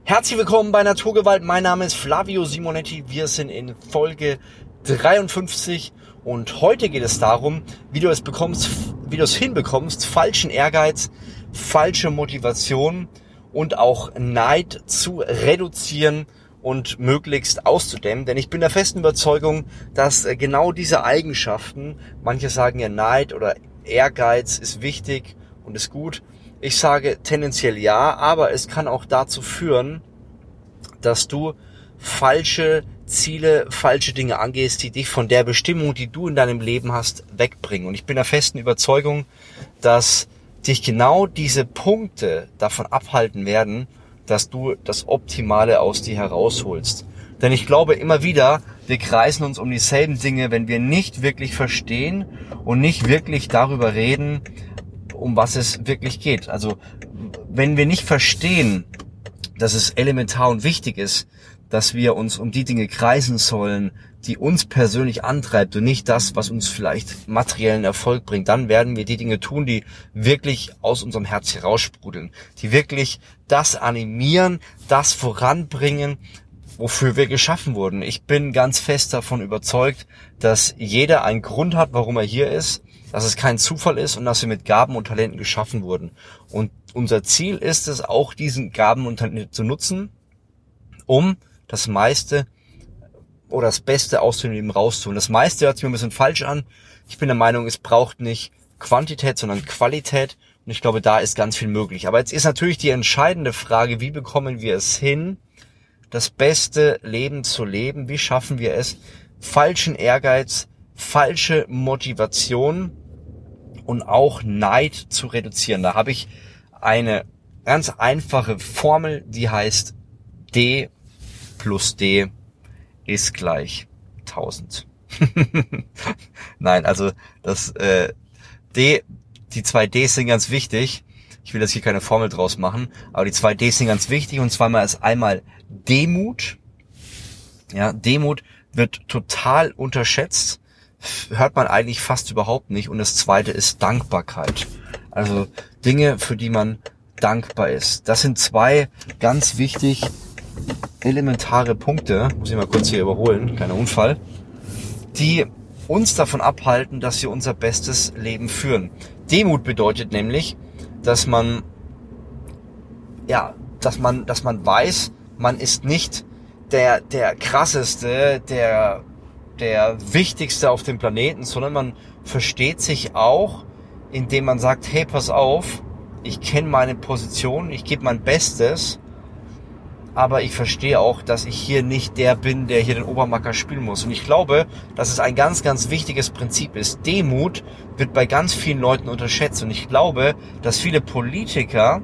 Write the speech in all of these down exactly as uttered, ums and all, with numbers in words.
Herzlich willkommen bei Naturgewalt. Mein Name ist Flavio Simonetti. Wir sind in Folge dreiundfünfzig und heute geht es darum, wie du es bekommst, wie du es hinbekommst, falschen Ehrgeiz, falsche Motivation und auch Neid zu reduzieren und möglichst auszudämmen. Denn ich bin der festen Überzeugung, dass genau diese Eigenschaften, manche sagen ja Neid oder Ehrgeiz ist wichtig und ist gut. Ich sage tendenziell ja, aber es kann auch dazu führen, dass du falsche Ziele, falsche Dinge angehst, die dich von der Bestimmung, die du in deinem Leben hast, wegbringen. Und ich bin der festen Überzeugung, dass dich genau diese Punkte davon abhalten werden, dass du das Optimale aus dir herausholst. Denn ich glaube immer wieder, wir kreisen uns um dieselben Dinge, wenn wir nicht wirklich verstehen und nicht wirklich darüber reden, um was es wirklich geht. Also wenn wir nicht verstehen, dass es elementar und wichtig ist, dass wir uns um die Dinge kreisen sollen, die uns persönlich antreibt und nicht das, was uns vielleicht materiellen Erfolg bringt, dann werden wir die Dinge tun, die wirklich aus unserem Herz heraussprudeln, die wirklich das animieren, das voranbringen, wofür wir geschaffen wurden. Ich bin ganz fest davon überzeugt, dass jeder einen Grund hat, warum er hier ist, dass es kein Zufall ist und dass wir mit Gaben und Talenten geschaffen wurden. Und unser Ziel ist es, auch diesen Gaben und Talenten zu nutzen, um das meiste oder das Beste aus dem Leben rauszuholen. Das meiste hört sich mir ein bisschen falsch an. Ich bin der Meinung, es braucht nicht Quantität, sondern Qualität. Und ich glaube, da ist ganz viel möglich. Aber jetzt ist natürlich die entscheidende Frage, wie bekommen wir es hin, das beste Leben zu leben? Wie schaffen wir es, falschen Ehrgeiz, falsche Motivation und auch Neid zu reduzieren? Da habe ich eine ganz einfache Formel, die heißt D plus D ist gleich tausend. Nein, also das äh, D, die zwei Ds sind ganz wichtig. Ich will jetzt hier keine Formel draus machen, aber die zwei Ds sind ganz wichtig und zwar mal ist einmal Demut. Ja, Demut wird total unterschätzt, hört man eigentlich fast überhaupt nicht. Und das zweite ist Dankbarkeit. Also Dinge, für die man dankbar ist. Das sind zwei ganz wichtig elementare Punkte, muss ich mal kurz hier überholen, kleiner Unfall, die uns davon abhalten, dass wir unser bestes Leben führen. Demut bedeutet nämlich, dass man, ja, dass man, dass man weiß, man ist nicht der, der krasseste, der, der wichtigste auf dem Planeten, sondern man versteht sich auch, indem man sagt, hey, pass auf, ich kenne meine Position, ich gebe mein Bestes, aber ich verstehe auch, dass ich hier nicht der bin, der hier den Obermacker spielen muss. Und ich glaube, dass es ein ganz, ganz wichtiges Prinzip ist. Demut wird bei ganz vielen Leuten unterschätzt. Und ich glaube, dass viele Politiker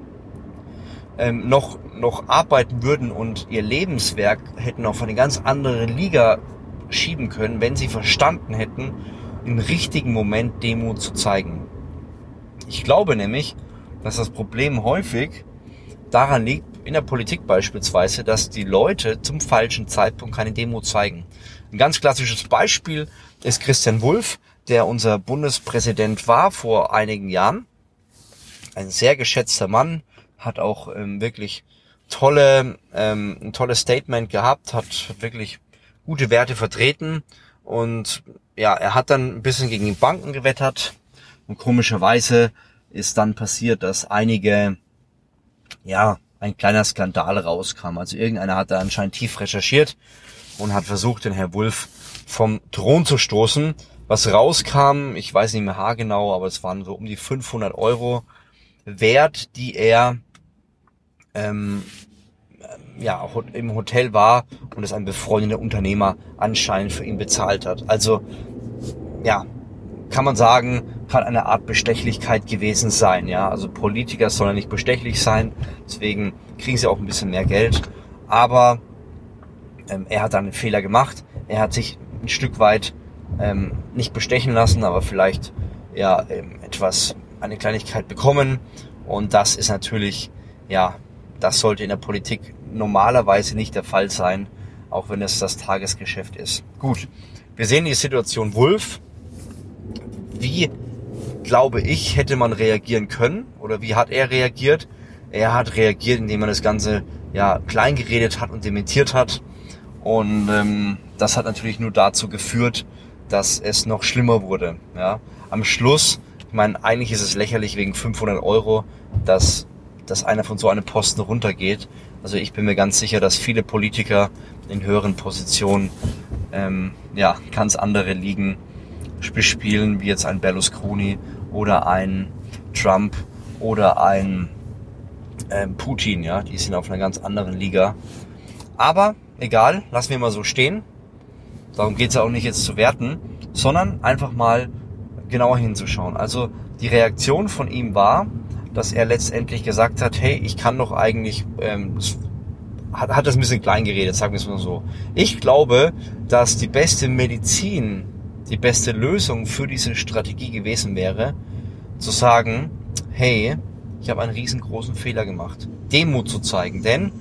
ähm, noch, noch arbeiten würden und ihr Lebenswerk hätten auf eine ganz andere Liga schieben können, wenn sie verstanden hätten, im richtigen Moment Demut zu zeigen. Ich glaube nämlich, dass das Problem häufig daran liegt, in der Politik beispielsweise, dass die Leute zum falschen Zeitpunkt keine Demut zeigen. Ein ganz klassisches Beispiel ist Christian Wulff, der unser Bundespräsident war vor einigen Jahren. Ein sehr geschätzter Mann, hat auch ähm, wirklich tolle, ähm, ein tolles Statement gehabt, hat wirklich gute Werte vertreten und ja, er hat dann ein bisschen gegen die Banken gewettert und komischerweise ist dann passiert, dass einige, ja, ein kleiner Skandal rauskam. Also irgendeiner hat da anscheinend tief recherchiert und hat versucht, den Herr Wulff vom Thron zu stoßen. Was rauskam, ich weiß nicht mehr haargenau, aber es waren so um die fünfhundert Euro wert, die er ähm, ja im Hotel war und es ein befreundeter Unternehmer anscheinend für ihn bezahlt hat. Also ja, kann man sagen, kann eine Art Bestechlichkeit gewesen sein. Ja, also Politiker sollen nicht bestechlich sein, deswegen kriegen sie auch ein bisschen mehr Geld. Aber ähm, er hat dann einen Fehler gemacht. Er hat sich ein Stück weit ähm, nicht bestechen lassen, aber vielleicht ja ähm, etwas, eine Kleinigkeit bekommen. Und das ist natürlich, ja, das sollte in der Politik normalerweise nicht der Fall sein, auch wenn es das Tagesgeschäft ist. Gut, wir sehen die Situation Wulff. Wie, glaube ich, hätte man reagieren können oder wie hat er reagiert? Er hat reagiert, indem er das Ganze ja klein geredet hat und dementiert hat. Und ähm, das hat natürlich nur dazu geführt, dass es noch schlimmer wurde. Ja. Am Schluss, ich meine, eigentlich ist es lächerlich wegen fünfhundert Euro, dass, dass einer von so einem Posten runtergeht. Also ich bin mir ganz sicher, dass viele Politiker in höheren Positionen ähm, ja ganz andere Ligen bespielen, wie jetzt ein Berlusconi oder ein Trump oder ein ähm, Putin. Ja, die sind auf einer ganz anderen Liga. Aber egal, lassen wir mal so stehen. Darum geht es ja auch nicht jetzt zu werten, sondern einfach mal genauer hinzuschauen. Also die Reaktion von ihm war, dass er letztendlich gesagt hat, hey, ich kann doch eigentlich, ähm, hat, hat das ein bisschen klein geredet, sagen wir es mal so. Ich glaube, dass die beste Medizin, die beste Lösung für diese Strategie gewesen wäre, zu sagen, hey, ich habe einen riesengroßen Fehler gemacht. Demut zu zeigen, denn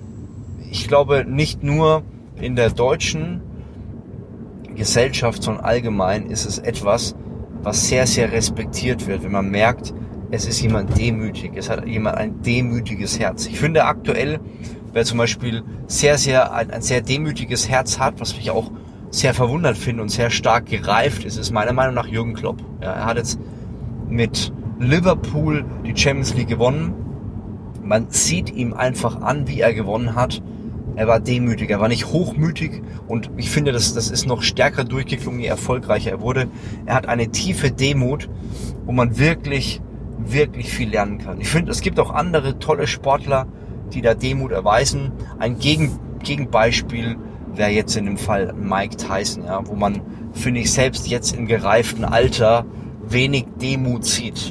ich glaube, nicht nur in der deutschen Gesellschaft, sondern allgemein ist es etwas, was sehr, sehr respektiert wird, wenn man merkt, es ist jemand demütig, es hat jemand ein demütiges Herz. Ich finde aktuell, wer zum Beispiel sehr, sehr ein, ein sehr demütiges Herz hat, was mich auch sehr verwundert finde und sehr stark gereift ist, ist meiner Meinung nach Jürgen Klopp. Ja, er hat jetzt mit Liverpool die Champions League gewonnen. Man sieht ihm einfach an, wie er gewonnen hat. Er war demütig, er war nicht hochmütig und ich finde, das, das ist noch stärker durchgeklungen, je erfolgreicher er wurde. Er hat eine tiefe Demut, wo man wirklich, wirklich viel lernen kann. Ich finde, es gibt auch andere tolle Sportler, die da Demut erweisen. Ein Gegen, Gegenbeispiel wäre jetzt in dem Fall Mike Tyson, ja, wo man, finde ich, selbst jetzt im gereiften Alter wenig Demut sieht.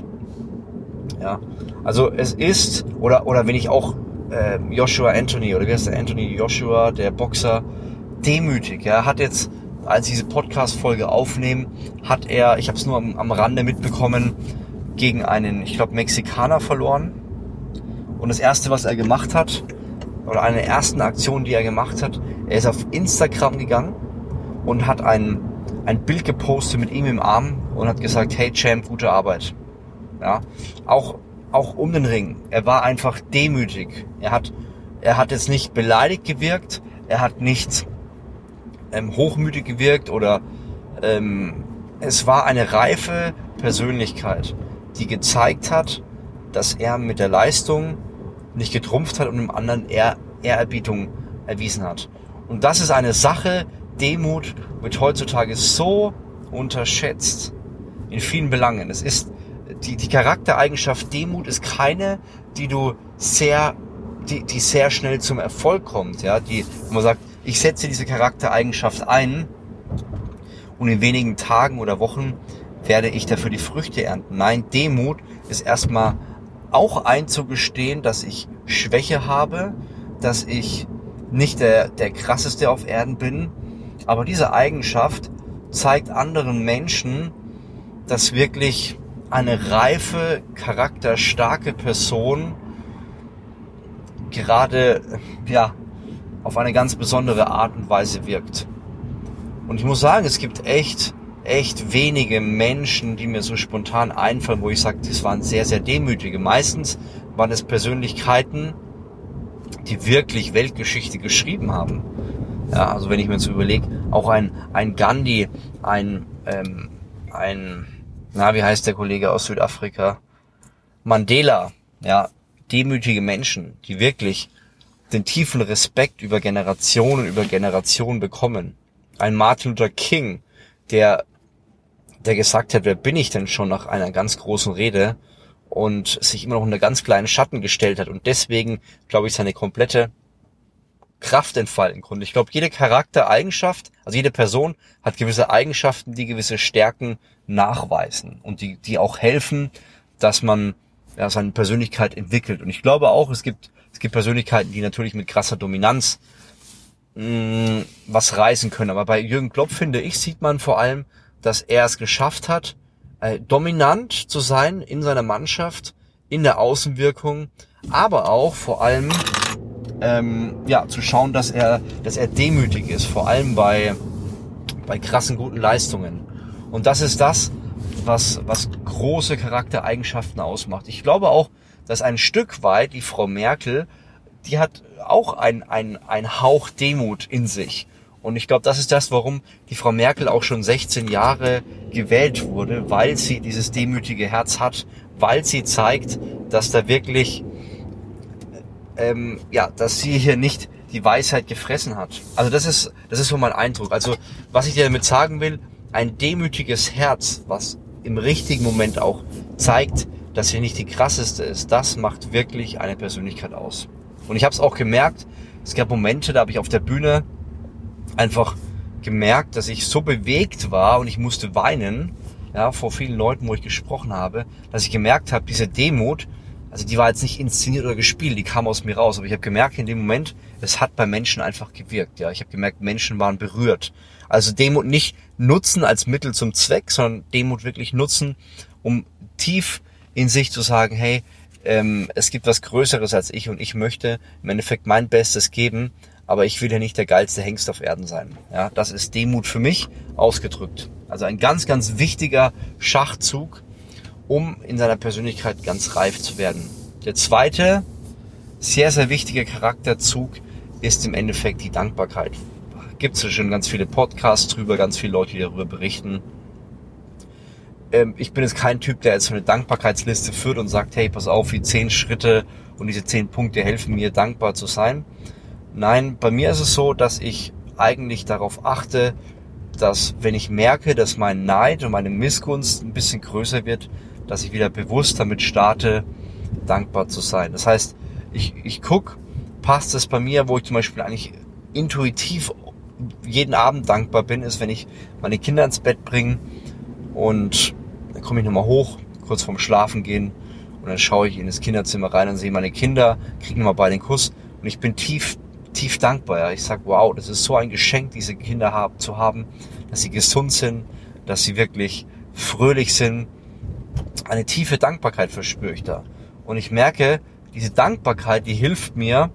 Ja, also es ist, oder, oder wenn ich auch äh, Joshua Anthony, oder wie heißt der Anthony Joshua, der Boxer, demütig. Ja, er hat jetzt, als diese Podcast-Folge aufnehmen, hat er, ich habe es nur am, am Rande mitbekommen, gegen einen, ich glaube, Mexikaner verloren. Und das Erste, was er gemacht hat, oder eine der ersten Aktionen, die er gemacht hat, er ist auf Instagram gegangen und hat ein, ein Bild gepostet mit ihm im Arm und hat gesagt, hey Champ, gute Arbeit. Ja, auch, auch um den Ring. Er war einfach demütig. Er hat, er hat jetzt nicht beleidigt gewirkt, er hat nicht ähm, hochmütig gewirkt oder ähm, es war eine reife Persönlichkeit, die gezeigt hat, dass er mit der Leistung nicht getrumpft hat und dem anderen Ehr, Ehrerbietung erwiesen hat. Und das ist eine Sache, Demut wird heutzutage so unterschätzt in vielen Belangen. Es ist die, die Charaktereigenschaft Demut ist keine, die du sehr, die, die sehr schnell zum Erfolg kommt, ja, die, wo man sagt, ich setze diese Charaktereigenschaft ein und in wenigen Tagen oder Wochen werde ich dafür die Früchte ernten. Nein, Demut ist erstmal auch einzugestehen, dass ich Schwäche habe, dass ich nicht der, der krasseste auf Erden bin, aber diese Eigenschaft zeigt anderen Menschen, dass wirklich eine reife, charakterstarke Person gerade ja auf eine ganz besondere Art und Weise wirkt. Und ich muss sagen, es gibt echt echt wenige Menschen, die mir so spontan einfallen, wo ich sage, das waren sehr, sehr demütige. Meistens waren es Persönlichkeiten, die wirklich Weltgeschichte geschrieben haben. Ja, also wenn ich mir so überlege, auch ein, ein Gandhi, ein, ähm, ein, na, wie heißt der Kollege aus Südafrika? Mandela, ja, demütige Menschen, die wirklich den tiefen Respekt über Generationen, über Generationen bekommen. Ein Martin Luther King, der der gesagt hat, wer bin ich denn schon nach einer ganz großen Rede und sich immer noch in einen ganz kleinen Schatten gestellt hat und deswegen, glaube ich, seine komplette Kraft entfalten konnte. Ich glaube, jede Charaktereigenschaft, also jede Person hat gewisse Eigenschaften, die gewisse Stärken nachweisen und die, die auch helfen, dass man ja, seine Persönlichkeit entwickelt. Und ich glaube auch, es gibt, es gibt Persönlichkeiten, die natürlich mit krasser Dominanz mh, was reißen können. Aber bei Jürgen Klopp, finde ich, sieht man vor allem, dass er es geschafft hat, äh, dominant zu sein in seiner Mannschaft, in der Außenwirkung, aber auch vor allem ähm, ja zu schauen, dass er, dass er demütig ist, vor allem bei bei krassen guten Leistungen. Und das ist das, was was große Charaktereigenschaften ausmacht. Ich glaube auch, dass ein Stück weit die Frau Merkel, die hat auch ein, ein, ein Hauch Demut in sich. Und ich glaube, das ist das, warum die Frau Merkel auch schon sechzehn Jahre gewählt wurde, weil sie dieses demütige Herz hat, weil sie zeigt, dass da wirklich, ähm, ja, dass sie hier nicht die Weisheit gefressen hat. Also das ist, das ist so mein Eindruck. Also was ich dir damit sagen will, ein demütiges Herz, was im richtigen Moment auch zeigt, dass sie nicht die krasseste ist, das macht wirklich eine Persönlichkeit aus. Und ich habe es auch gemerkt, es gab Momente, da habe ich auf der Bühne einfach gemerkt, dass ich so bewegt war und ich musste weinen, ja, vor vielen Leuten, wo ich gesprochen habe, dass ich gemerkt habe, diese Demut, also die war jetzt nicht inszeniert oder gespielt, die kam aus mir raus, aber ich habe gemerkt in dem Moment, es hat bei Menschen einfach gewirkt, ja, ich habe gemerkt, Menschen waren berührt. Also Demut nicht nutzen als Mittel zum Zweck, sondern Demut wirklich nutzen, um tief in sich zu sagen, hey, ähm, es gibt was Größeres als ich und ich möchte im Endeffekt mein Bestes geben, aber ich will ja nicht der geilste Hengst auf Erden sein. Ja, das ist Demut für mich ausgedrückt. Also ein ganz, ganz wichtiger Schachzug, um in seiner Persönlichkeit ganz reif zu werden. Der zweite, sehr, sehr wichtige Charakterzug ist im Endeffekt die Dankbarkeit. Gibt es ja schon ganz viele Podcasts drüber, ganz viele Leute, die darüber berichten. Ähm, ich bin jetzt kein Typ, der jetzt so eine Dankbarkeitsliste führt und sagt, hey, pass auf, die zehn Schritte und diese zehn Punkte helfen mir, dankbar zu sein. Nein, bei mir ist es so, dass ich eigentlich darauf achte, dass wenn ich merke, dass mein Neid und meine Missgunst ein bisschen größer wird, dass ich wieder bewusst damit starte, dankbar zu sein. Das heißt, ich, ich gucke, passt es bei mir, wo ich zum Beispiel eigentlich intuitiv jeden Abend dankbar bin, ist, wenn ich meine Kinder ins Bett bringe und dann komme ich nochmal hoch, kurz vorm Schlafen gehen und dann schaue ich in das Kinderzimmer rein und sehe meine Kinder, kriege nochmal beide den Kuss und ich bin tief tief dankbar. Ja. Ich sage, wow, das ist so ein Geschenk, diese Kinder haben, zu haben, dass sie gesund sind, dass sie wirklich fröhlich sind. Eine tiefe Dankbarkeit verspüre ich da. Und ich merke, diese Dankbarkeit, die hilft mir.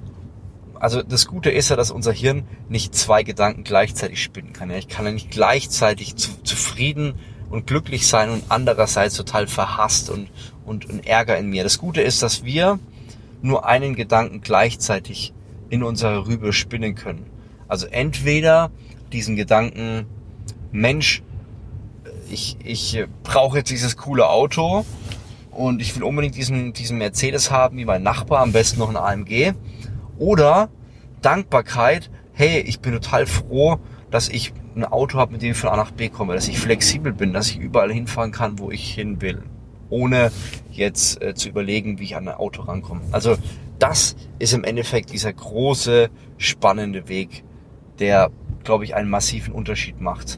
Also das Gute ist ja, dass unser Hirn nicht zwei Gedanken gleichzeitig spinnen kann. Ja. Ich kann ja nicht gleichzeitig zu, zufrieden und glücklich sein und andererseits total verhasst und, und, und Ärger in mir. Das Gute ist, dass wir nur einen Gedanken gleichzeitig in unserer Rübe spinnen können. Also entweder diesen Gedanken, Mensch, ich, ich brauche jetzt dieses coole Auto und ich will unbedingt diesen, diesen Mercedes haben, wie mein Nachbar, am besten noch ein A M G. Oder Dankbarkeit, hey, ich bin total froh, dass ich ein Auto habe, mit dem ich von A nach B komme, dass ich flexibel bin, dass ich überall hinfahren kann, wo ich hin will, ohne jetzt äh, zu überlegen, wie ich an ein Auto rankomme. Also das ist im Endeffekt dieser große, spannende Weg, der, glaube ich, einen massiven Unterschied macht.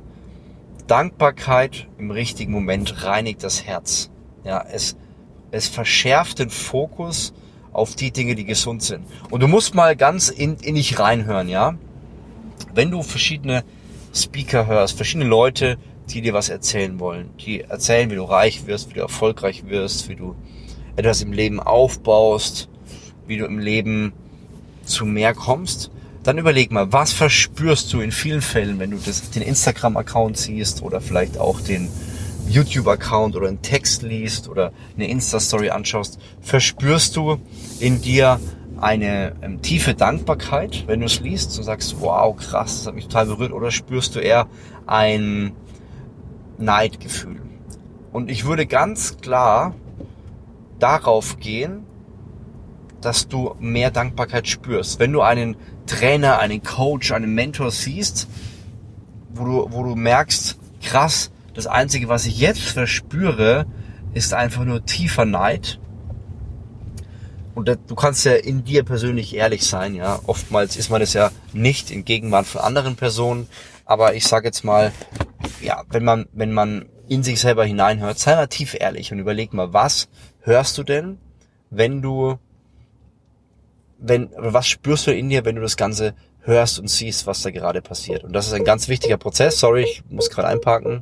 Dankbarkeit im richtigen Moment reinigt das Herz. Ja, es, es verschärft den Fokus auf die Dinge, die gesund sind. Und du musst mal ganz in, in dich reinhören, ja. Wenn du verschiedene Speaker hörst, verschiedene Leute, die dir was erzählen wollen, die erzählen, wie du reich wirst, wie du erfolgreich wirst, wie du etwas im Leben aufbaust, wie du im Leben zu mehr kommst, dann überleg mal, was verspürst du in vielen Fällen, wenn du das, den Instagram-Account siehst oder vielleicht auch den YouTube-Account oder einen Text liest oder eine Insta-Story anschaust, verspürst du in dir eine ähm, tiefe Dankbarkeit, wenn du es liest und sagst, wow, krass, das hat mich total berührt, oder spürst du eher ein Neidgefühl? Und ich würde ganz klar darauf gehen, dass du mehr Dankbarkeit spürst. Wenn du einen Trainer, einen Coach, einen Mentor siehst, wo du, wo du merkst, krass, das Einzige, was ich jetzt verspüre, ist einfach nur tiefer Neid. Und du kannst ja in dir persönlich ehrlich sein, ja. Oftmals ist man das ja nicht in Gegenwart von anderen Personen. Aber ich sage jetzt mal, ja, wenn man, wenn man in sich selber hineinhört, sei mal tief ehrlich und überleg mal, was hörst du denn, wenn du Wenn, was spürst du in dir, wenn du das Ganze hörst und siehst, was da gerade passiert? Und das ist ein ganz wichtiger Prozess. Sorry, ich muss gerade einparken.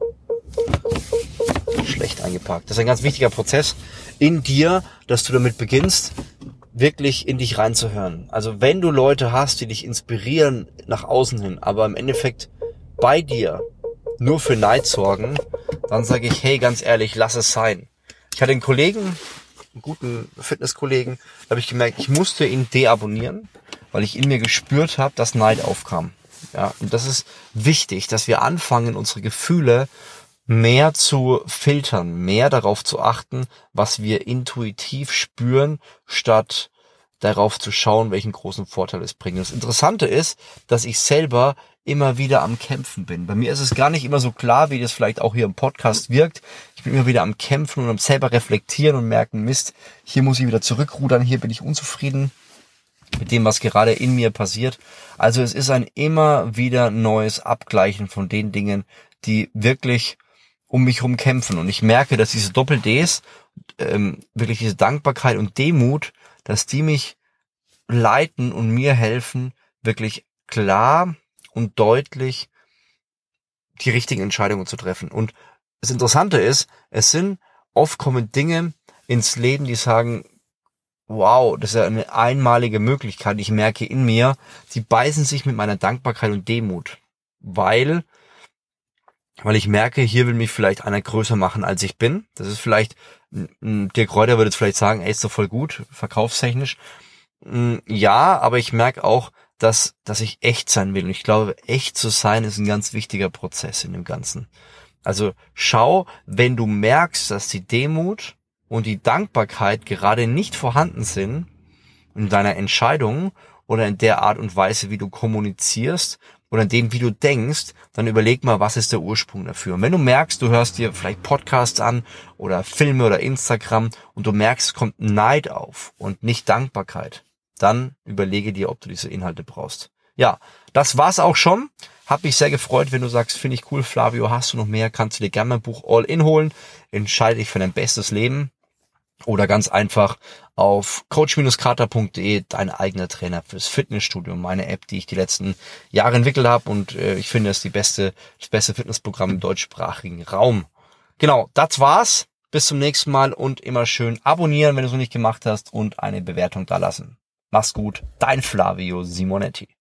Schlecht eingeparkt. Das ist ein ganz wichtiger Prozess in dir, dass du damit beginnst, wirklich in dich reinzuhören. Also wenn du Leute hast, die dich inspirieren nach außen hin, aber im Endeffekt bei dir nur für Neid sorgen, dann sage ich, hey, ganz ehrlich, lass es sein. Ich hatte einen Kollegen, einen guten Fitnesskollegen, da habe ich gemerkt, ich musste ihn deabonnieren, weil ich in mir gespürt habe, dass Neid aufkam. Ja, und das ist wichtig, dass wir anfangen, unsere Gefühle mehr zu filtern, mehr darauf zu achten, was wir intuitiv spüren, statt darauf zu schauen, welchen großen Vorteil es bringt. Das Interessante ist, dass ich selber immer wieder am Kämpfen bin. Bei mir ist es gar nicht immer so klar, wie das vielleicht auch hier im Podcast wirkt. Ich bin immer wieder am Kämpfen und am selber reflektieren und merken, Mist, hier muss ich wieder zurückrudern, hier bin ich unzufrieden mit dem, was gerade in mir passiert. Also es ist ein immer wieder neues Abgleichen von den Dingen, die wirklich um mich herum kämpfen. Und ich merke, dass diese Doppel-Ds, ähm, wirklich diese Dankbarkeit und Demut, dass die mich leiten und mir helfen, wirklich klar und deutlich die richtigen Entscheidungen zu treffen. Und das Interessante ist, es sind oft kommen Dinge ins Leben, die sagen, wow, das ist ja eine einmalige Möglichkeit. Ich merke in mir, die beißen sich mit meiner Dankbarkeit und Demut, weil weil ich merke, hier will mich vielleicht einer größer machen, als ich bin. Das ist vielleicht, Dirk Kräuter würde jetzt vielleicht sagen, ey, ist doch voll gut, verkaufstechnisch. Ja, aber ich merke auch, dass dass ich echt sein will. Und ich glaube, echt zu sein ist ein ganz wichtiger Prozess in dem Ganzen. Also schau, wenn du merkst, dass die Demut und die Dankbarkeit gerade nicht vorhanden sind in deiner Entscheidung oder in der Art und Weise, wie du kommunizierst, oder in dem, wie du denkst, dann überleg mal, was ist der Ursprung dafür. Und wenn du merkst, du hörst dir vielleicht Podcasts an oder Filme oder Instagram und du merkst, es kommt Neid auf und nicht Dankbarkeit, dann überlege dir, ob du diese Inhalte brauchst. Ja, das war's auch schon. Hab mich sehr gefreut, wenn du sagst, finde ich cool, Flavio, hast du noch mehr, kannst du dir gerne mein Buch All In holen. Entscheide dich für dein bestes Leben. Oder ganz einfach auf coach Carter punkt de, dein eigener Trainer fürs Fitnessstudio, meine App, die ich die letzten Jahre entwickelt habe, und äh, ich finde, es ist die beste, das beste Fitnessprogramm im deutschsprachigen Raum. Genau, das war's. Bis zum nächsten Mal und immer schön abonnieren, wenn du es noch nicht gemacht hast, und eine Bewertung da lassen. Mach's gut, dein Flavio Simonetti.